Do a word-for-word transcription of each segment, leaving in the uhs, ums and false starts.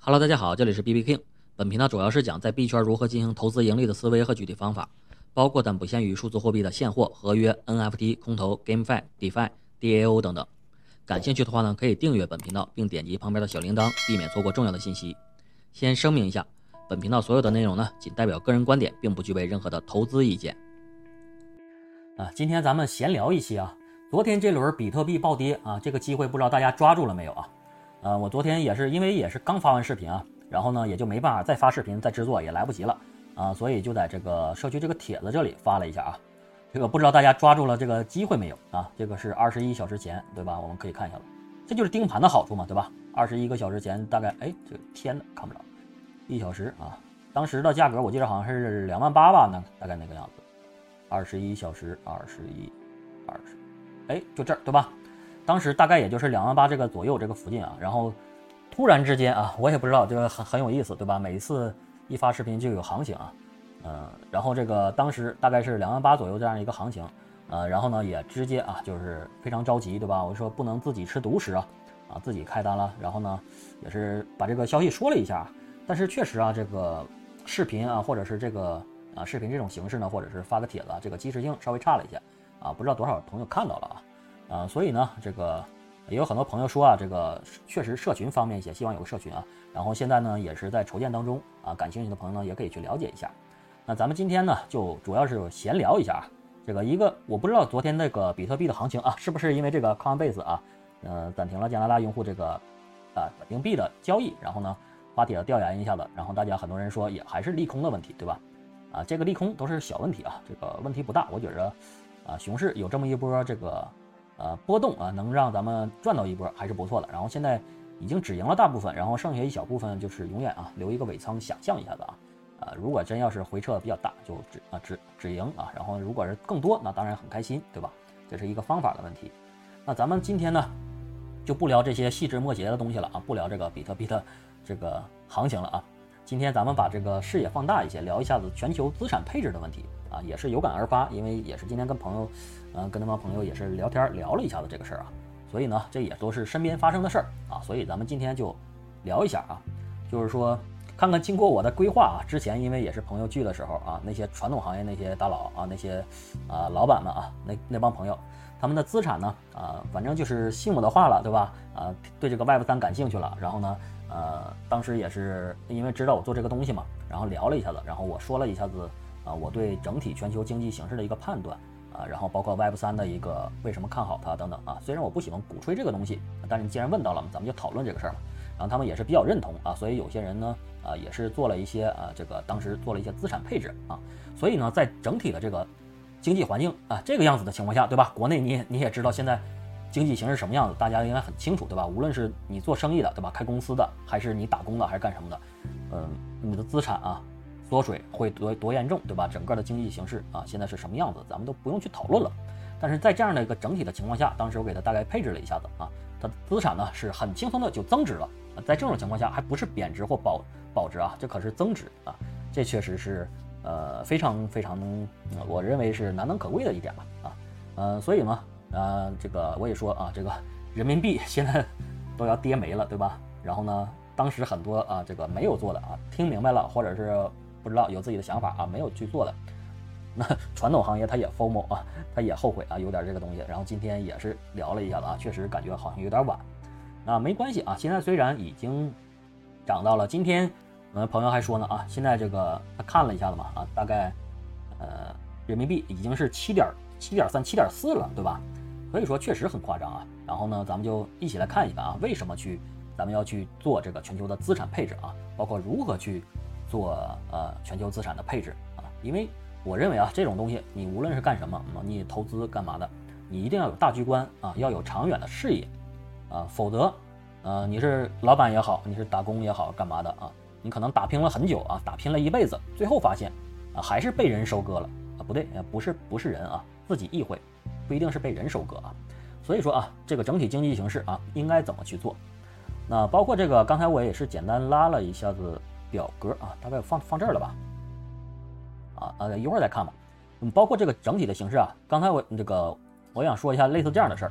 Hello， 大家好，这里是 B B King。本频道主要是讲在币圈如何进行投资盈利的思维和具体方法，包括但不限于数字货币的现货、合约、N F T、空投、GameFi、DeFi、D A O 等等。感兴趣的话呢，可以订阅本频道，并点击旁边的小铃铛，避免错过重要的信息。先声明一下，本频道所有的内容呢，仅代表个人观点，并不具备任何的投资意见。啊，今天咱们闲聊一期啊，昨天这轮比特币暴跌啊，这个机会不知道大家抓住了没有啊？呃，我昨天也是因为也是刚发完视频啊，然后呢也就没办法再发视频再制作，也来不及了啊，所以就在这个社区这个帖子这里发了一下啊。这个不知道大家抓住了这个机会没有啊？这个是二十一小时前，对吧？我们可以看一下了，这就是盯盘的好处嘛，对吧？二十一个小时前大概，哎，这个天的看不着，一小时啊，当时的价格我记得好像是两万八吧，那大概那个样子。二十一小时，二十一，二十，哎，就这儿，对吧？当时大概也就是两万八这个左右这个附近啊，然后突然之间啊，我也不知道，这个很很有意思，对吧？每一次一发视频就有行情啊，嗯，然后这个当时大概是两万八左右这样一个行情，呃，然后呢也直接啊就是非常着急，对吧？我说不能自己吃独食啊，啊自己开单了，然后呢也是把这个消息说了一下，但是确实啊这个视频啊或者是这个啊视频这种形式呢，或者是发个帖子，这个及时性稍微差了一些啊，不知道多少朋友看到了啊。啊，所以呢，这个也有很多朋友说啊，这个确实社群方面一些，希望有个社群啊。然后现在呢，也是在筹建当中啊，感兴趣的朋友呢，也可以去了解一下。那咱们今天呢，就主要是闲聊一下这个一个，我不知道昨天那个比特币的行情啊，是不是因为这个 Coinbase 啊，呃，暂停了加拿大用户这个啊稳定币的交易，然后呢发帖调研一下子，然后大家很多人说也还是利空的问题，对吧？啊，这个利空都是小问题啊，这个问题不大，我觉着啊，熊市有这么一波这个。呃，波动啊，能让咱们赚到一波还是不错的。然后现在已经止盈了大部分，然后剩下一小部分就是永远啊留一个尾仓，想象一下子啊。呃，如果真要是回撤比较大，就止啊止止盈啊。然后如果是更多，那当然很开心，对吧？这是一个方法的问题。那咱们今天呢，就不聊这些细枝末节的东西了啊，不聊这个比特币的这个行情了啊。今天咱们把这个视野放大一些，聊一下子全球资产配置的问题啊，也是有感而发，因为也是今天跟朋友，呃，跟他们朋友也是聊天聊了一下子这个事儿啊，所以呢，这也都是身边发生的事儿啊，所以咱们今天就聊一下啊，就是说看看经过我的规划啊，之前因为也是朋友聚的时候啊，那些传统行业那些大佬啊，那些啊老板们啊，那那帮朋友，他们的资产呢啊，反正就是信我的话了，对吧？啊，对这个 Web 三感兴趣了，然后呢。呃，当时也是因为知道我做这个东西嘛，然后聊了一下子，然后我说了一下子啊、呃，我对整体全球经济形势的一个判断啊、呃，然后包括 Web 三的一个为什么看好它等等啊。虽然我不喜欢鼓吹这个东西，但是你既然问到了，咱们就讨论这个事儿嘛。然后他们也是比较认同啊，所以有些人呢啊、呃、也是做了一些啊、呃、这个当时做了一些资产配置啊，所以呢在整体的这个经济环境啊这个样子的情况下，对吧？国内你也你也知道现在。经济形势什么样子，大家应该很清楚，对吧？无论是你做生意的，对吧？开公司的，还是你打工的，还是干什么的，嗯，你的资产啊缩水会多多严重，对吧？整个的经济形势啊现在是什么样子，咱们都不用去讨论了。但是在这样的一个整体的情况下，当时我给他大概配置了一下子啊，他的资产呢是很轻松的就增值了。在这种情况下，还不是贬值或保保值啊，这可是增值啊，这确实是呃非常非常，我认为是难能可贵的一点吧啊，呃，所以呢。呃，这个我也说啊，这个人民币现在都要跌没了，对吧？然后呢，当时很多啊，这个没有做的啊，听明白了，或者是不知道有自己的想法啊，没有去做的，那传统行业他也 F O M O 啊，他也后悔啊，有点这个东西。然后今天也是聊了一下子啊，确实感觉好像有点晚，那没关系啊，现在虽然已经涨到了，今天我们朋友还说呢啊，现在这个他看了一下子嘛啊，大概呃人民币已经是七点七点三、七点四了，对吧？所以说确实很夸张啊，然后呢，咱们就一起来看一看啊，为什么去咱们要去做这个全球的资产配置啊，包括如何去做呃全球资产的配置啊，因为我认为啊，这种东西你无论是干什么，你投资干嘛的，你一定要有大局观啊，要有长远的视野啊，否则呃你是老板也好，你是打工也好，干嘛的啊，你可能打拼了很久啊，打拼了一辈子，最后发现啊还是被人收割了啊，不对，不是不是人啊，自己意会。不一定是被人收割啊，所以说啊，这个整体经济形势啊，应该怎么去做？那包括这个，刚才我也是简单拉了一下子表格啊，大概放放这儿了吧？啊啊，一会儿再看吧。嗯，包括这个整体的形势啊，刚才我这个我想说一下类似这样的事儿，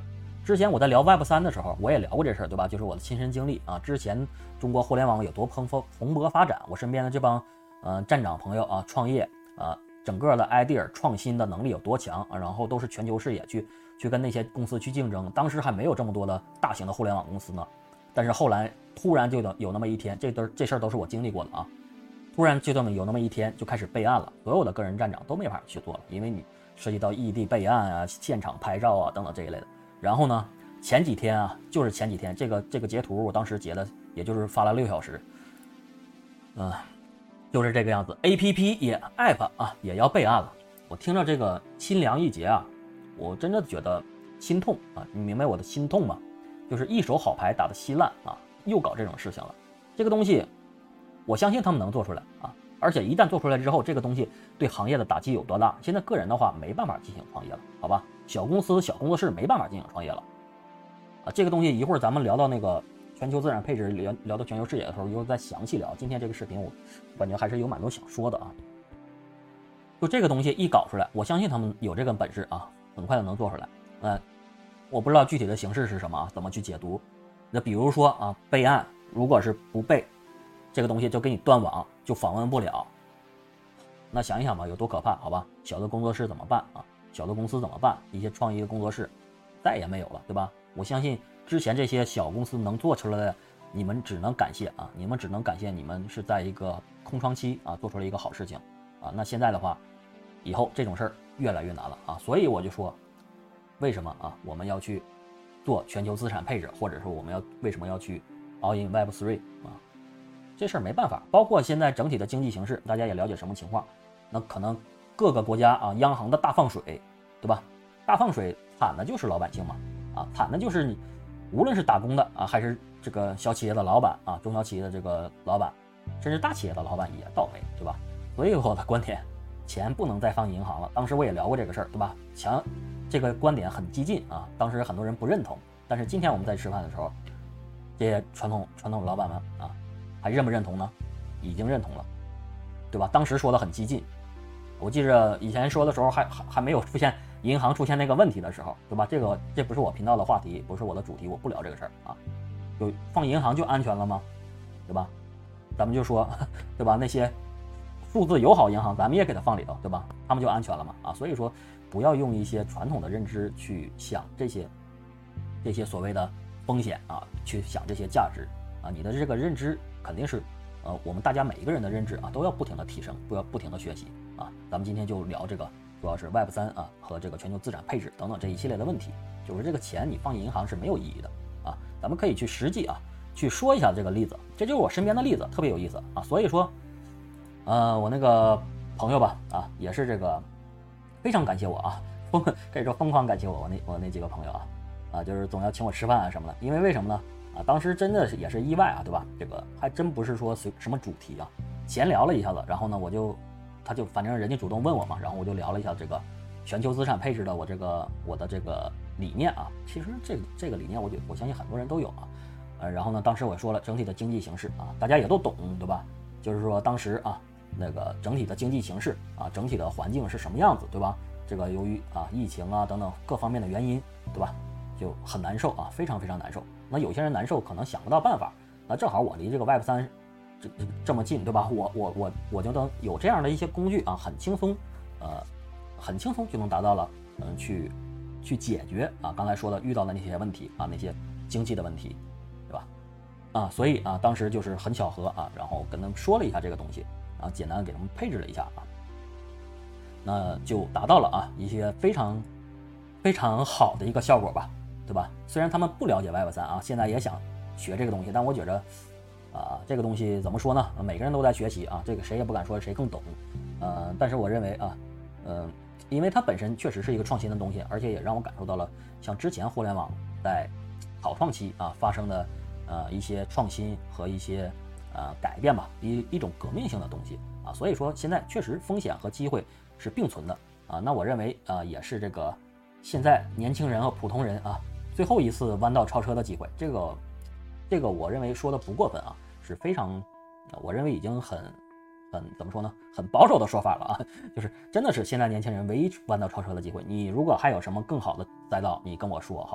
之前我在聊 Web 三 的时候，我也聊过这事儿，对吧？就是我的亲身经历啊。之前中国互联网有多蓬勃蓬勃发展，我身边的这帮呃站长朋友啊，创业啊，整个的 idea 创新的能力有多强啊，然后都是全球视野去去跟那些公司去竞争。当时还没有这么多的大型的互联网公司呢，但是后来突然就有有那么一天，这都这事儿都是我经历过的啊。突然就这么有那么一天就开始备案了，所有的个人站长都没法去做了，因为你涉及到异地备案啊、现场拍照啊等等这一类的。然后呢，前几天啊，就是前几天这个这个截图，我当时截的，也就是发了六小时，嗯、呃，就是这个样子。A P P 也 App 啊也要备案了，我听着这个心凉一截啊，我真的觉得心痛啊！你明白我的心痛吗？就是一手好牌打得稀烂啊，又搞这种事情了。这个东西，我相信他们能做出来啊，而且一旦做出来之后，这个东西对行业的打击有多大？现在个人的话没办法进行创业了，好吧？小公司、小工作室没办法进行创业了，啊，这个东西一会儿咱们聊到那个全球资产配置，聊聊到全球视野的时候，一会儿再详细聊。今天这个视频我感觉还是有蛮多想说的啊。就这个东西一搞出来，我相信他们有这个本事啊，很快就能做出来。嗯，我不知道具体的形式是什么啊，怎么去解读？那比如说啊，备案，如果是不备，这个东西就给你断网，就访问不了。那想一想吧，有多可怕？好吧，小的工作室怎么办啊？小的公司怎么办？一些创意的工作室再也没有了，对吧？我相信之前这些小公司能做出来的，你们只能感谢啊，你们只能感谢你们是在一个空窗期啊做出了一个好事情啊。那现在的话，以后这种事儿越来越难了啊。所以我就说，为什么啊我们要去做全球资产配置，或者说我们要为什么要去 all in Web 三 啊？这事儿没办法。包括现在整体的经济形势，大家也了解什么情况？那可能各个国家啊，央行的大放水，对吧？大放水惨的就是老百姓嘛，啊，惨的就是你，无论是打工的啊，还是这个小企业的老板啊，中小企业的这个老板，甚至大企业的老板也倒霉，对吧？所以我的观点，钱不能再放银行了。当时我也聊过这个事儿，对吧？强，这个观点很激进啊，当时很多人不认同，但是今天我们在吃饭的时候，这些传统传统老板们啊，还认不认同呢？已经认同了，对吧？当时说的很激进。我记着以前说的时候还还还没有出现银行出现那个问题的时候，对吧？这个这不是我频道的话题，不是我的主题，我不聊这个事儿啊。就放银行就安全了吗？对吧？咱们就说，对吧？那些数字友好银行，咱们也给它放里头，对吧？他们就安全了嘛？啊，所以说不要用一些传统的认知去想这些这些所谓的风险啊，去想这些价值啊。你的这个认知肯定是，呃，我们大家每一个人的认知啊，都要不停的提升，不要不停的学习。啊，咱们今天就聊这个，主要是 Web 三 啊和这个全球资产配置等等这一系列的问题。就是这个钱你放银行是没有意义的啊，咱们可以去实际啊去说一下这个例子，这就是我身边的例子，特别有意思啊。所以说，呃，我那个朋友吧啊，也是这个非常感谢我啊，疯可以说疯狂感谢我，我那我那几个朋友啊啊，就是总要请我吃饭啊什么的，因为为什么呢？啊，当时真的是也是意外啊，对吧？这个还真不是说随什么主题啊，闲聊了一下子，然后呢我就。他就反正人家主动问我嘛，然后我就聊了一下这个全球资产配置的我这个我的这个理念啊。其实这个这个理念我就我相信很多人都有啊。呃，然后呢，当时我也说了整体的经济形势啊，大家也都懂，对吧？就是说当时啊那个整体的经济形势啊，整体的环境是什么样子，对吧？这个由于啊疫情啊等等各方面的原因，对吧？就很难受啊，非常非常难受。那有些人难受可能想不到办法，那正好我离这个 Web 三。这这这么近，对吧？我我我我觉得有这样的一些工具啊，很轻松，呃，很轻松就能达到了，嗯、呃，去去解决啊刚才说的遇到的那些问题啊，那些经济的问题，对吧？啊，所以啊，当时就是很巧合啊，然后跟他们说了一下这个东西，然后简单给他们配置了一下啊，那就达到了啊一些非常非常好的一个效果吧，对吧？虽然他们不了解 Web 三啊，现在也想学这个东西，但我觉着。啊，这个东西怎么说呢？每个人都在学习啊，这个谁也不敢说谁更懂，呃，但是我认为啊，呃，因为它本身确实是一个创新的东西，而且也让我感受到了像之前互联网在草创期啊发生的呃一些创新和一些呃改变吧，一一种革命性的东西啊，所以说现在确实风险和机会是并存的啊，那我认为啊也是这个现在年轻人和普通人啊最后一次弯道超车的机会，这个这个我认为说的不过分啊。是非常，我认为已经很，很怎么说呢？很保守的说法了啊，就是真的是现在年轻人唯一弯道超车的机会。你如果还有什么更好的赛道，你跟我说好吧？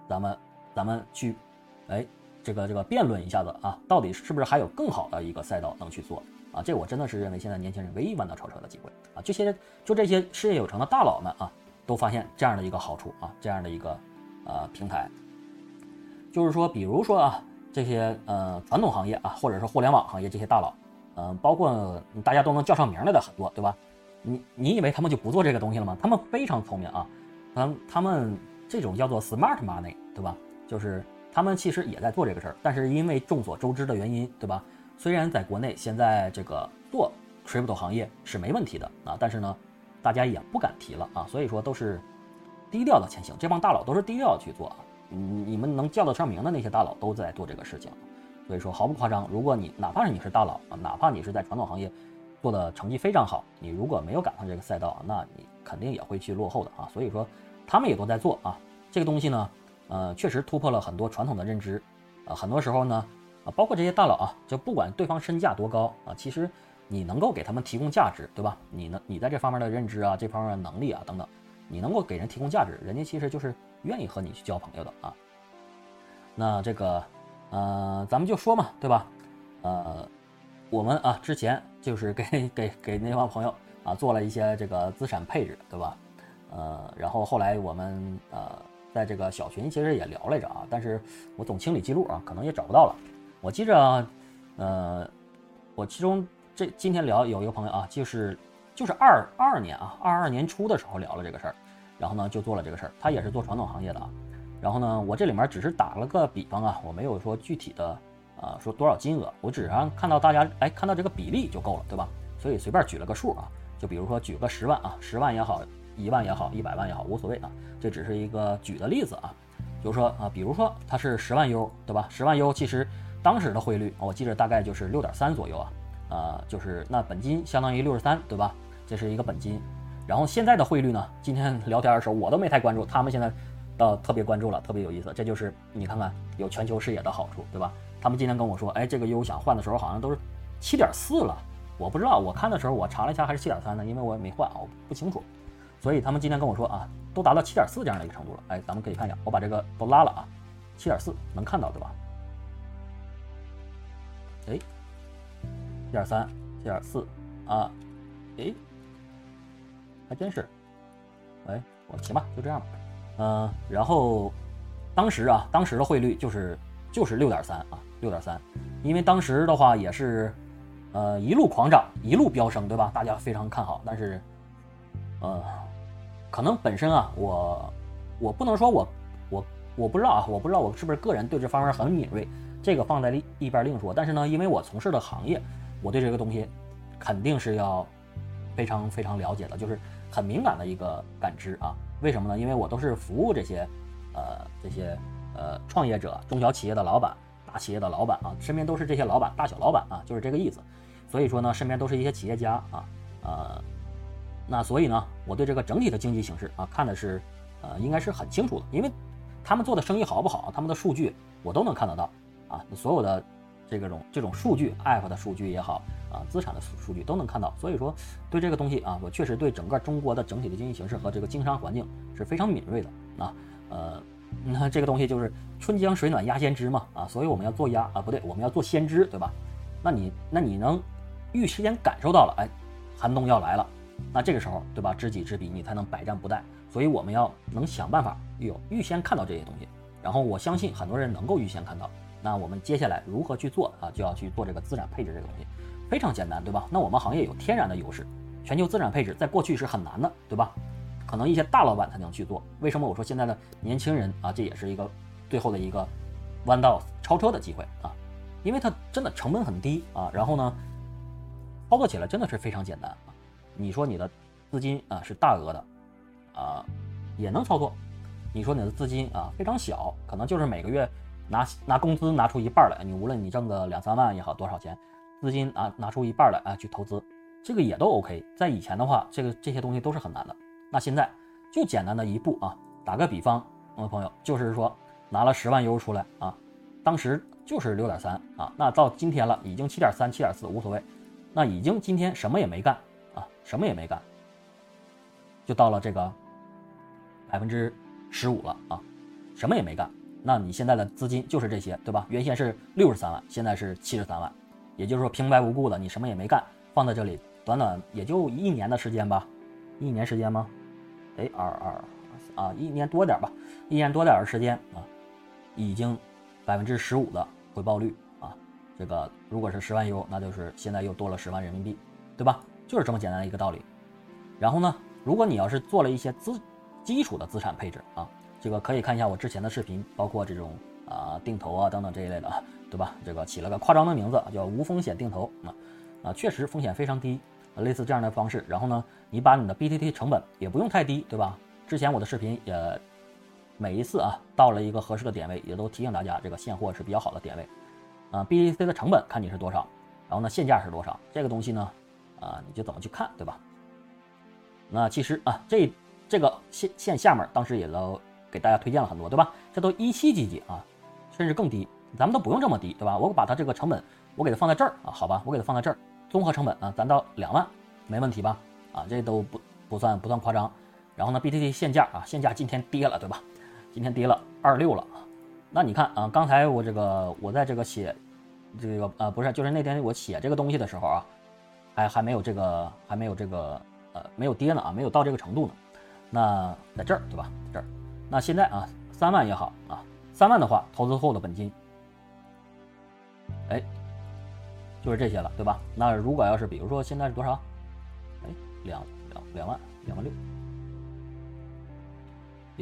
咱们咱们去，哎，这个这个辩论一下子啊，到底是不是还有更好的一个赛道能去做啊？这我真的是认为现在年轻人唯一弯道超车的机会啊！这些就这些事业有成的大佬们啊，都发现这样的一个好处啊，这样的一个呃平台，就是说，比如说啊，这些呃传统行业啊，或者是互联网行业这些大佬，嗯、呃，包括大家都能叫上名来的很多，对吧？你你以为他们就不做这个东西了吗？他们非常聪明啊，嗯，他们这种叫做 smart money， 对吧？就是他们其实也在做这个事儿，但是因为众所周知的原因，对吧？虽然在国内现在这个做 crypto 行业是没问题的啊，但是呢，大家也不敢提了啊，所以说都是低调的前行，这帮大佬都是低调去做啊。嗯，你们能叫得上名的那些大佬都在做这个事情，所以说毫不夸张。如果你哪怕是你是大佬啊，哪怕你是在传统行业做的成绩非常好，你如果没有赶上这个赛道，那你肯定也会去落后的啊。所以说他们也都在做啊，这个东西呢，呃，确实突破了很多传统的认知啊。很多时候呢，啊，包括这些大佬啊，就不管对方身价多高啊，其实你能够给他们提供价值，对吧？你呢，你在这方面的认知啊，这方面的能力啊等等，你能够给人提供价值，人家其实就是愿意和你去交朋友的啊。那这个，呃，咱们就说嘛，对吧？呃，我们啊之前就是给给给那帮朋友啊做了一些这个资产配置，对吧？呃，然后后来我们呃在这个小群其实也聊来着啊，但是我总清理记录啊，可能也找不到了。我记着，呃，我其中这今天聊有一个朋友啊，就是就是二二年啊，二二年初的时候聊了这个事儿，然后呢就做了这个事儿，他也是做传统行业的啊。然后呢，我这里面只是打了个比方啊，我没有说具体的啊、呃、说多少金额，我只是看到大家哎看到这个比例就够了，对吧？所以随便举了个数啊，就比如说举个十万啊，十万也好，一万也好，一百万也好，无所谓啊，这只是一个举的例子啊。就是说啊，比如说它是十万 U， 对吧？十万 U 其实当时的汇率我记得大概就是六点三左右啊，呃，就是那本金相当于六十三，对吧？这是一个本金。然后现在的汇率呢，今天聊天的时候我都没太关注，他们现在到特别关注了，特别有意思。这就是你看看有全球视野的好处，对吧？他们今天跟我说，哎，这个 U 想换的时候好像都是七点四了，我不知道，我看的时候我查了一下还是七点三呢，因为我也没换啊，我不清楚。所以他们今天跟我说啊，都达到七点四这样的一个程度了。哎，咱们可以看一下，我把这个都拉了啊，七点四能看到对吧？哎，七点三、七点四啊，哎，还真是。哎，我行吧，就这样吧。嗯、呃，然后当时啊，当时的汇率就是就是六点三啊，六点三，因为当时的话也是呃一路狂涨，一路飙升，对吧？大家非常看好，但是呃。可能本身啊，我我不能说我我我不知道啊，我不知道我是不是个人对这方面很敏锐，这个放在一边另说。但是呢，因为我从事的行业，我对这个东西肯定是要非常非常了解的，就是很敏感的一个感知啊。为什么呢？因为我都是服务这些呃这些呃创业者、中小企业的老板、大企业的老板啊，身边都是这些老板、大小老板啊，就是这个意思。所以说呢，身边都是一些企业家啊，呃。那所以呢，我对这个整体的经济形势啊看的是，呃，应该是很清楚的，因为他们做的生意好不好，他们的数据我都能看得到啊，所有的这个种这种数据 ，app 的数据也好啊，资产的数据都能看到。所以说，对这个东西啊，我确实对整个中国的整体的经济形势和这个经商环境是非常敏锐的啊。呃，那这个东西就是春江水暖鸭先知嘛啊，所以我们要做鸭啊，不对，我们要做先知，对吧？那你那你能预先感受到了，哎，寒冬要来了。那这个时候，对吧？知己知彼，你才能百战不殆。所以我们要能想办法有预先看到这些东西。然后我相信很多人能够预先看到。那我们接下来如何去做啊？就要去做这个资产配置这个东西，非常简单，对吧？那我们行业有天然的优势，全球资产配置在过去是很难的，对吧？可能一些大老板才能去做。为什么我说现在的年轻人啊，这也是一个最后的一个弯道超车的机会啊？因为它真的成本很低啊，然后呢，操作起来真的是非常简单。你说你的资金啊是大额的，啊也能操作。你说你的资金啊非常小，可能就是每个月拿拿工资拿出一半来，你无论你挣个两三万也好，多少钱，资金啊拿出一半来啊去投资，这个也都 OK。在以前的话，这个这些东西都是很难的。那现在就简单的一步啊，打个比方，我的朋友就是说拿了十万 U 出来啊，当时就是六点三啊，那到今天了已经七点三、七点四无所谓，那已经今天什么也没干。啊，什么也没干，就到了这个百分之十五了啊，什么也没干， 那你现在的资金就是这些，对吧？原先是六十三万，现在是七十三万，也就是说平白无故的你什么也没干，放在这里，短短也就一年的时间吧，一年时间吗？哎，二二啊，一年多点吧，一年多点的时间啊，已经百分之十五的回报率啊，这个如果是十万 U， 那就是现在又多了十万人民币，对吧？就是这么简单的一个道理。然后呢，如果你要是做了一些资基础的资产配置啊，这个可以看一下我之前的视频，包括这种啊定投啊等等这一类的，对吧？这个起了个夸张的名字叫无风险定投啊啊，确实风险非常低，类似这样的方式。然后呢，你把你的 B T T 成本也不用太低，对吧？之前我的视频也每一次啊到了一个合适的点位，也都提醒大家这个现货是比较好的点位啊。B T C 的成本看你是多少，然后呢现价是多少，这个东西呢啊你就怎么去看，对吧？那其实啊这这个线线下面当时也都给大家推荐了很多，对吧？这都一七几几啊，甚至更低，咱们都不用这么低，对吧？我把它这个成本我给它放在这儿啊，好吧，我给它放在这儿，综合成本啊咱到两万没问题吧？啊这都不不算不算夸张。然后呢 B T T 现价啊现价今天跌了，对吧？今天跌了二十六了。那你看啊，刚才我这个我在这个写这个呃不是，就是那天我写这个东西的时候啊，还还没有这个还没有这个呃没有跌呢啊，没有到这个程度呢。那在这儿对吧？在这儿。那现在啊三万也好啊，三万的话投资后的本金，哎，就是这些了，对吧？那如果要是比如说现在是多少？哎，两两两万两万六，哟，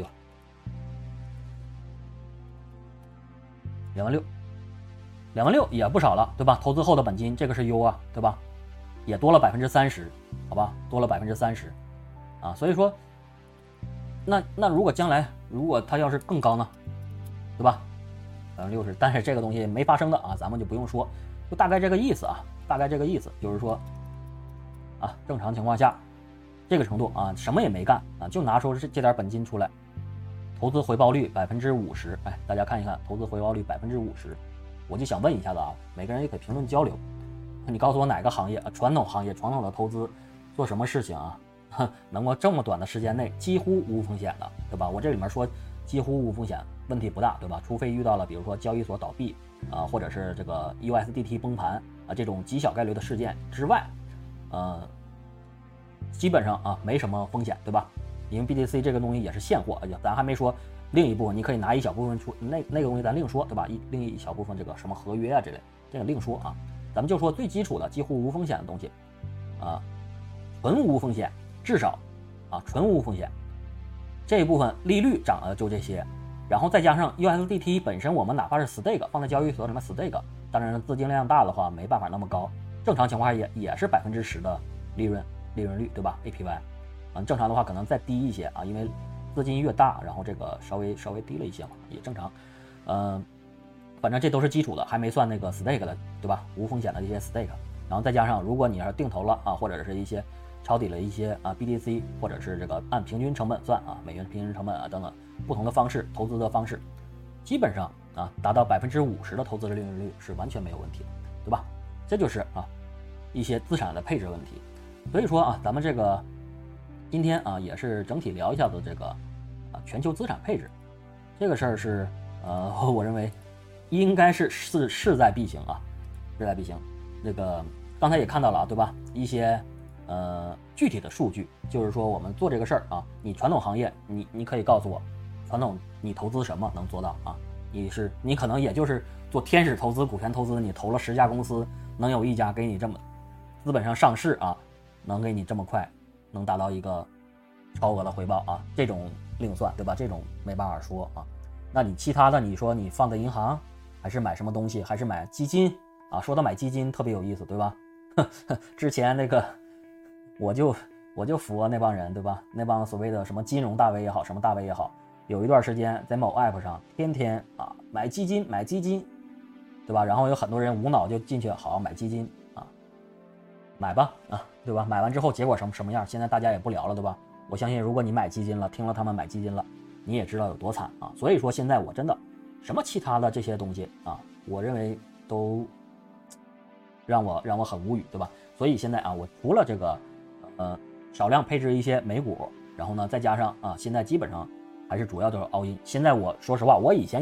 两万六，两万六也不少了，对吧？投资后的本金这个是 U 啊，对吧？也多了百分之三十，好吧，多了百分之三十，啊，所以说。那那如果将来如果它要是更高呢，对吧？百分之六十，但是这个东西没发生的啊，咱们就不用说，就大概这个意思啊，大概这个意思就是说，啊，正常情况下，这个程度啊，什么也没干啊，就拿出这这点本金出来，投资回报率百分之五十，哎，大家看一看，投资回报率百分之五十，我就想问一下子啊，每个人也可以评论交流，你告诉我哪个行业啊，传统行业传统的投资做什么事情啊？能够这么短的时间内几乎无风险的，对吧？我这里面说几乎无风险，问题不大，对吧？除非遇到了比如说交易所倒闭啊、呃，或者是这个 U S D T 崩盘啊、呃、这种极小概率的事件之外，呃，基本上啊没什么风险，对吧？因为 B T C 这个东西也是现货，哎呀，咱还没说另一部分，你可以拿一小部分出那那个东西咱另说，对吧？一另一小部分这个什么合约啊之类，这个另说啊，咱们就说最基础的几乎无风险的东西啊，纯无风险。至少，啊，纯无风险，这一部分利率涨了就这些，然后再加上 U S D T 本身，我们哪怕是 stake 放在交易所里面 stake， 当然资金量大的话没办法那么高，正常情况下也也是百分之十的利润利润率，对吧 ？A P Y， 啊，正常的话可能再低一些啊，因为资金越大，然后这个稍微稍微低了一些嘛，也正常，嗯，反正这都是基础的，还没算那个 stake 的，对吧？无风险的这些 stake， 然后再加上如果你要是定投了啊，或者是一些抄底了一些啊 B T C， 或者是这个按平均成本算啊，美元平均成本啊等等不同的方式投资的方式，基本上啊达到百分之五十的投资的利润率是完全没有问题的，对吧？这就是啊一些资产的配置问题。所以说啊，咱们这个今天啊也是整体聊一下子这个啊全球资产配置这个事儿是呃我认为应该是势势在必行啊，势在必行。这个刚才也看到了，对吧？一些呃，具体的数据，就是说我们做这个事儿啊，你传统行业，你你可以告诉我，传统你投资什么能做到啊？你是你可能也就是做天使投资、股权投资，你投了十家公司，能有一家给你这么资本上上市啊，能给你这么快能达到一个超额的回报啊，这种另算，对吧？这种没办法说啊。那你其他的，你说你放在银行，还是买什么东西，还是买基金啊？说到买基金特别有意思，对吧？之前那个。我就我就服那帮人，对吧？那帮所谓的什么金融大 V 也好，什么大 V 也好，有一段时间在某 app 上天天啊买基金买基金，对吧？然后有很多人无脑就进去，好买基金啊，买吧啊，对吧？买完之后结果什么什么样，现在大家也不聊了，对吧？我相信如果你买基金了，听了他们买基金了，你也知道有多惨啊。所以说现在我真的什么其他的这些东西啊，我认为都让我让我很无语，对吧？所以现在啊，我除了这个。呃，少量配置一些美股，然后呢，再加上啊，现在基本上还是主要就是 all in。现在我说实话，我以前也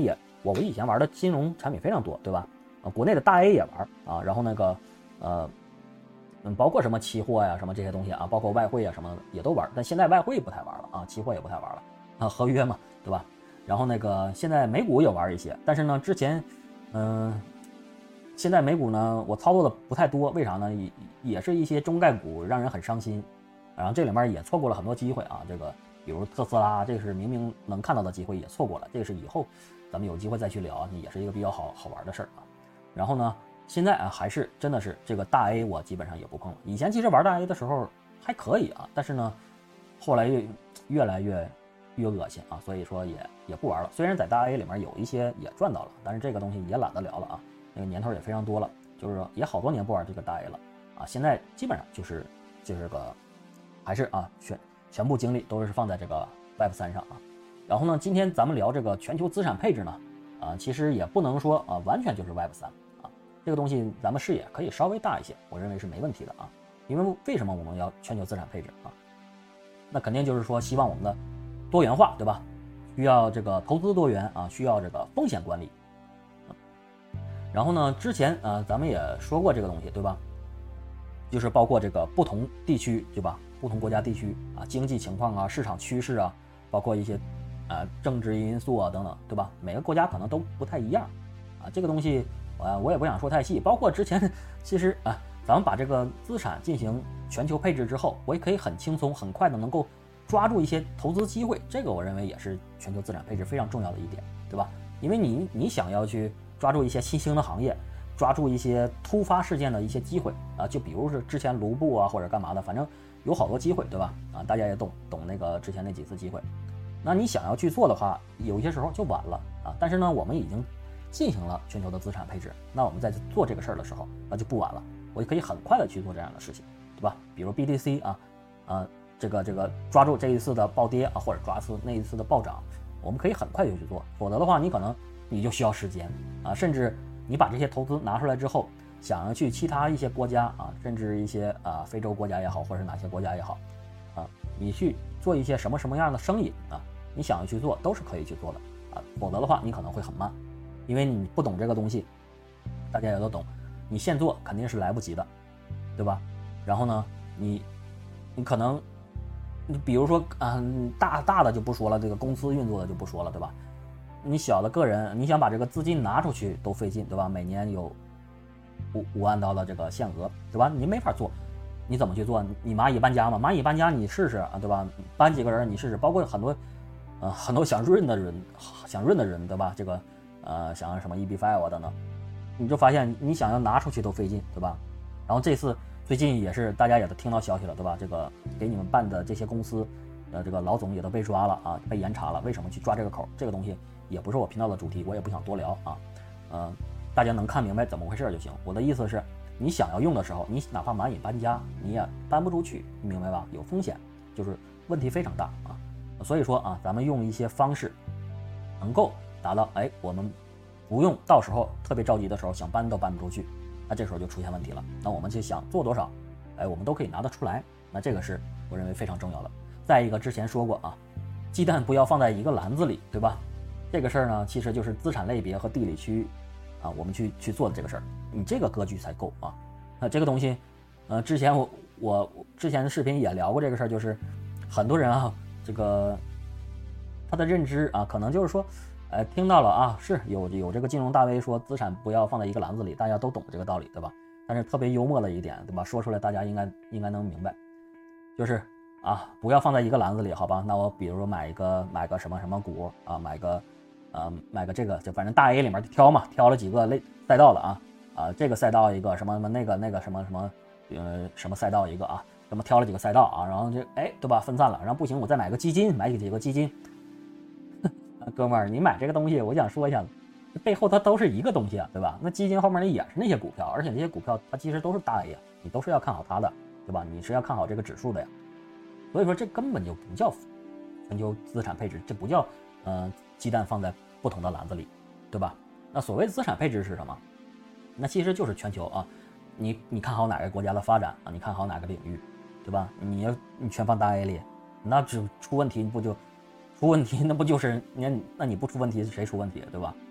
我我以前玩的金融产品非常多，对吧？呃，国内的大 A 也玩啊，然后那个呃。嗯，包括什么期货呀，什么这些东西啊，包括外汇啊，什么也都玩。但现在外汇不太玩了啊，期货也不太玩了啊，合约嘛，对吧？然后那个现在美股也玩一些，但是呢，之前，嗯、呃，现在美股呢，我操作的不太多，为啥呢？也也是一些中概股让人很伤心，然后这里面也错过了很多机会啊。这个比如特斯拉，这是明明能看到的机会也错过了，这个是以后咱们有机会再去聊，也是一个比较好好玩的事儿啊。然后呢？现在啊，还是真的是这个大 A 我基本上也不碰了。以前其实玩大 A 的时候还可以啊，但是呢，后来越越来越越恶心啊，所以说也也不玩了。虽然在大 A 里面有一些也赚到了，但是这个东西也懒得聊了啊，那个年头也非常多了，就是说也好多年不玩这个大 A 了啊。现在基本上就是就是个还是啊全全部精力都是放在这个 Web 三上啊。然后呢，今天咱们聊这个全球资产配置呢，啊，其实也不能说啊完全就是 Web 三。这个东西咱们视野可以稍微大一些，我认为是没问题的啊。因为为什么我们要全球资产配置啊？那肯定就是说希望我们的多元化，对吧？需要这个投资多元啊，需要这个风险管理。然后呢，之前啊咱们也说过这个东西，对吧？就是包括这个不同地区，对吧？不同国家地区啊，经济情况啊，市场趋势啊，包括一些啊政治因素啊等等，对吧？每个国家可能都不太一样啊，这个东西。呃，我也不想说太细，包括之前其实啊，咱们把这个资产进行全球配置之后，我也可以很轻松、很快的能够抓住一些投资机会，这个我认为也是全球资产配置非常重要的一点，对吧？因为你你想要去抓住一些新兴的行业，抓住一些突发事件的一些机会啊，就比如是之前卢布啊或者干嘛的，反正有好多机会，对吧？啊，大家也懂懂那个之前那几次机会，那你想要去做的话，有些时候就晚了啊。但是呢，我们已经进行了全球的资产配置，那我们在做这个事儿的时候，那就不晚了，我就可以很快的去做这样的事情，对吧？比如 B T C 啊，啊，这个这个抓住这一次的暴跌啊，或者抓住那一次的暴涨，我们可以很快就去做，否则的话，你可能你就需要时间啊，甚至你把这些投资拿出来之后，想要去其他一些国家啊，甚至一些啊非洲国家也好，或者是哪些国家也好，啊，你去做一些什么什么样的生意啊，你想要去做都是可以去做的啊，否则的话，你可能会很慢。因为你不懂这个东西，大家也都懂，你现做肯定是来不及的，对吧？然后呢，你你可能，你比如说啊、嗯，大大的就不说了，这个公司运作的就不说了，对吧？你小的个人，你想把这个资金拿出去都费劲，对吧？每年有五五万刀的这个限额，对吧？你没法做，你怎么去做？你蚂蚁搬家嘛，蚂蚁搬家你试试啊，对吧？搬几个人你试试，包括很多呃很多想润的人，想润的人，对吧？这个。呃，想要什么 E B 五 啊等等，你就发现你想要拿出去都费劲，对吧？然后这次最近也是大家也都听到消息了，对吧？这个给你们办的这些公司，呃，这个老总也都被抓了啊，被严查了。为什么去抓这个口？这个东西也不是我频道的主题，我也不想多聊啊。呃，大家能看明白怎么回事就行。我的意思是，你想要用的时候，你哪怕蚂蚁搬家，你也搬不出去，你明白吧？有风险，就是问题非常大啊。所以说啊，咱们用一些方式能够达到，哎，我们不用到时候特别着急的时候想搬都搬不出去，那这时候就出现问题了。那我们就想做多少，哎，我们都可以拿得出来。那这个是我认为非常重要的。再一个，之前说过啊，鸡蛋不要放在一个篮子里，对吧？这个事儿呢，其实就是资产类别和地理区域啊，我们去去做的这个事儿，你这个格局才够啊。那这个东西，呃，之前我我之前的视频也聊过这个事儿，就是很多人啊，这个他的认知啊，可能就是说。呃，听到了啊，是有有这个金融大 V 说资产不要放在一个篮子里，大家都懂这个道理，对吧？但是特别幽默的一点，对吧？说出来大家应该应该能明白，就是啊，不要放在一个篮子里，好吧？那我比如说买一个买个什么什么股啊，买个呃买个这个，就反正大 A 里面挑嘛，挑了几个类赛道的啊啊，这个赛道一个什么什么那个那个什么什么呃什么赛道一个啊，什么挑了几个赛道啊，然后就哎对吧分散了，然后不行我再买个基金，买几个基金。哥们儿，你买这个东西，我想说一下，背后它都是一个东西啊，对吧？那基金后面的也是那些股票，而且那些股票它其实都是大 A 呀，你都是要看好它的，对吧？你是要看好这个指数的呀。所以说这根本就不叫全球资产配置，这不叫呃鸡蛋放在不同的篮子里，对吧？那所谓资产配置是什么？那其实就是全球啊，你你看好哪个国家的发展啊？你看好哪个领域，对吧？你要你全放大 A 里，那只出问题不就？出问题那不就是你那你不出问题谁出问题对吧？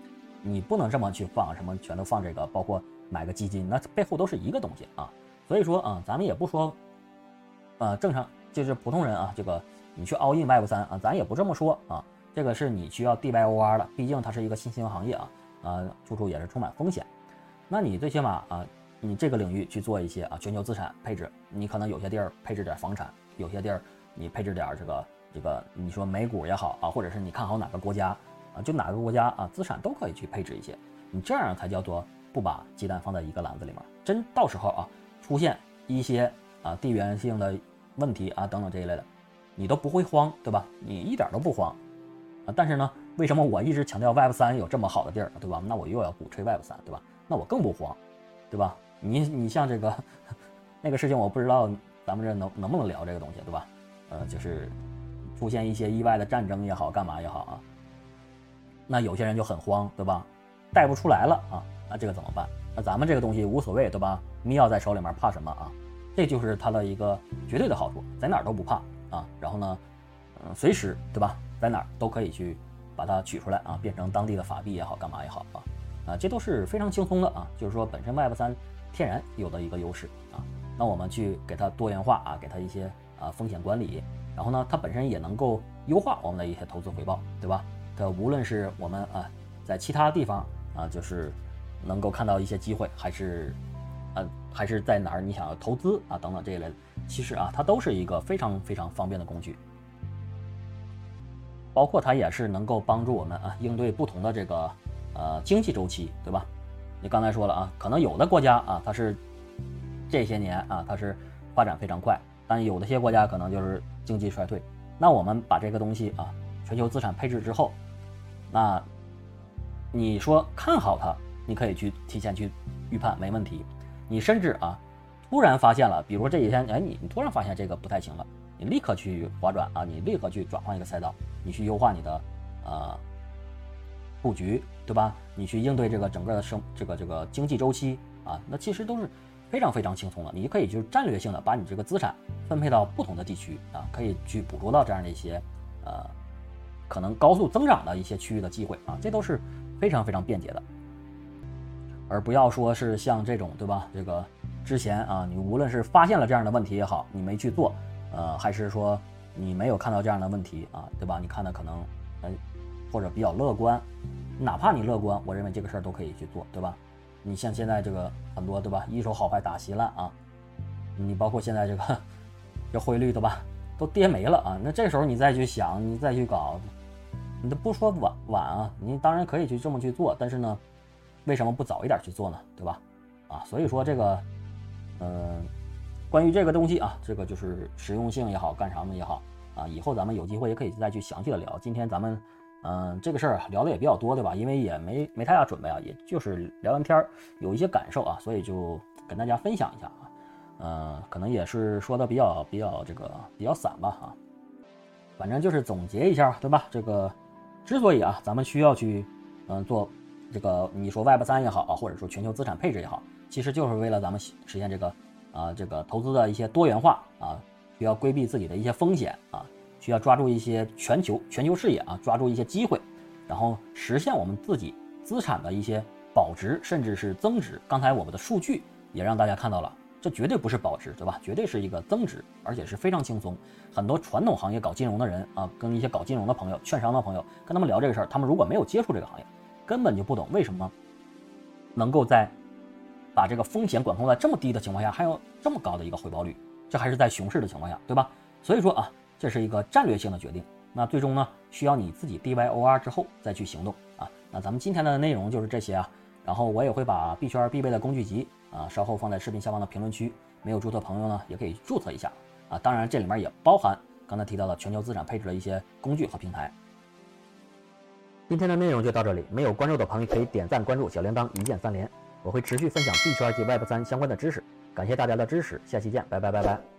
你不能这么去放，什么全都放这个，包括买个基金，那背后都是一个东西啊。所以说啊，咱们也不说，呃，正常就是普通人啊，这个你去 all in Web 三啊，咱也不这么说啊。这个是你需要 D Y O R 的，毕竟它是一个新兴行业啊，啊，处处也是充满风险。那你最起码啊，你这个领域去做一些啊全球资产配置，你可能有些地儿配置点房产，有些地儿你配置点这个这个，你说美股也好啊，或者是你看好哪个国家啊，就哪个国家啊资产都可以去配置一些，你这样才叫做不把鸡蛋放在一个篮子里面。真到时候啊出现一些啊地缘性的问题啊等等这一类的，你都不会慌，对吧？你一点都不慌啊。但是呢，为什么我一直强调 Web 三有这么好的地儿，对吧？那我又要鼓吹 Web 三，对吧？那我更不慌，对吧？你你像这个那个事情，我不知道咱们这能能不能聊这个东西，对吧？呃，就是出现一些意外的战争也好，干嘛也好啊，那有些人就很慌，对吧？带不出来了啊，那这个怎么办？那咱们这个东西无所谓，对吧？密钥在手里面，怕什么啊？这就是它的一个绝对的好处，在哪儿都不怕啊。然后呢，嗯，随时对吧，在哪儿都可以去把它取出来啊，变成当地的法币也好，干嘛也好啊。啊，这都是非常轻松的啊，就是说本身 Web 三天然有的一个优势啊，那我们去给它多元化啊，给它一些啊风险管理，然后呢，它本身也能够优化我们的一些投资回报，对吧？它无论是我们啊在其他地方啊，就是能够看到一些机会，还是啊还是在哪儿你想要投资啊等等这一类的，其实啊它都是一个非常非常方便的工具，包括它也是能够帮助我们啊应对不同的这个。呃，经济周期，对吧？你刚才说了啊，可能有的国家啊，它是这些年啊，它是发展非常快，但有的些国家可能就是经济衰退。那我们把这个东西啊，全球资产配置之后，那你说看好它，你可以去提前去预判，没问题。你甚至啊，突然发现了，比如说这几天，哎，你你突然发现这个不太行了，你立刻去划转啊，你立刻去转换一个赛道，你去优化你的呃。布局，对吧？你去应对这个整个的生这个这个经济周期啊，那其实都是非常非常轻松的。你可以就是战略性的把你这个资产分配到不同的地区啊，可以去捕捉到这样的一些呃可能高速增长的一些区域的机会啊，这都是非常非常便捷的。而不要说是像这种，对吧？这个之前啊，你无论是发现了这样的问题也好，你没去做，呃，还是说你没有看到这样的问题啊，对吧？你看的可能呃或者比较乐观。哪怕你乐观，我认为这个事儿都可以去做，对吧？你像现在这个很多，对吧？一手好牌打稀烂啊，你包括现在这个这汇率，对吧？都跌没了啊。那这时候你再去想，你再去搞，你都不说晚晚啊，你当然可以去这么去做，但是呢，为什么不早一点去做呢？对吧？啊，所以说这个，嗯、呃，关于这个东西啊，这个就是实用性也好，干啥嘛也好啊，以后咱们有机会也可以再去详细的聊。今天咱们。嗯，这个事儿聊的也比较多，对吧？因为也没没太大准备啊，也就是聊完天儿，有一些感受啊，所以就跟大家分享一下啊。嗯，可能也是说的比较比较这个比较散吧啊。反正就是总结一下，对吧？这个之所以啊，咱们需要去嗯做这个，你说 Web 三也好啊，或者说全球资产配置也好，其实就是为了咱们实现这个啊这个投资的一些多元化啊，需要规避自己的一些风险啊。需要抓住一些全球全球视野啊，抓住一些机会，然后实现我们自己资产的一些保值，甚至是增值。刚才我们的数据也让大家看到了，这绝对不是保值，对吧？绝对是一个增值，而且是非常轻松。很多传统行业搞金融的人啊，跟一些搞金融的朋友、券商的朋友，跟他们聊这个事儿，他们如果没有接触这个行业，根本就不懂为什么能够在把这个风险管控在这么低的情况下，还有这么高的一个回报率，这还是在熊市的情况下，对吧？所以说啊。这是一个战略性的决定，那最终呢，需要你自己 D Y O R 之后再去行动啊。那咱们今天的内容就是这些啊，然后我也会把币圈必备的工具集啊，稍后放在视频下方的评论区，没有注册朋友呢，也可以注册一下啊。当然这里面也包含刚才提到的全球资产配置的一些工具和平台。今天的内容就到这里，没有关注的朋友可以点赞关注，小铃铛一键三连，我会持续分享币圈及 Web 三相关的知识。感谢大家的支持，下期见，拜拜拜拜。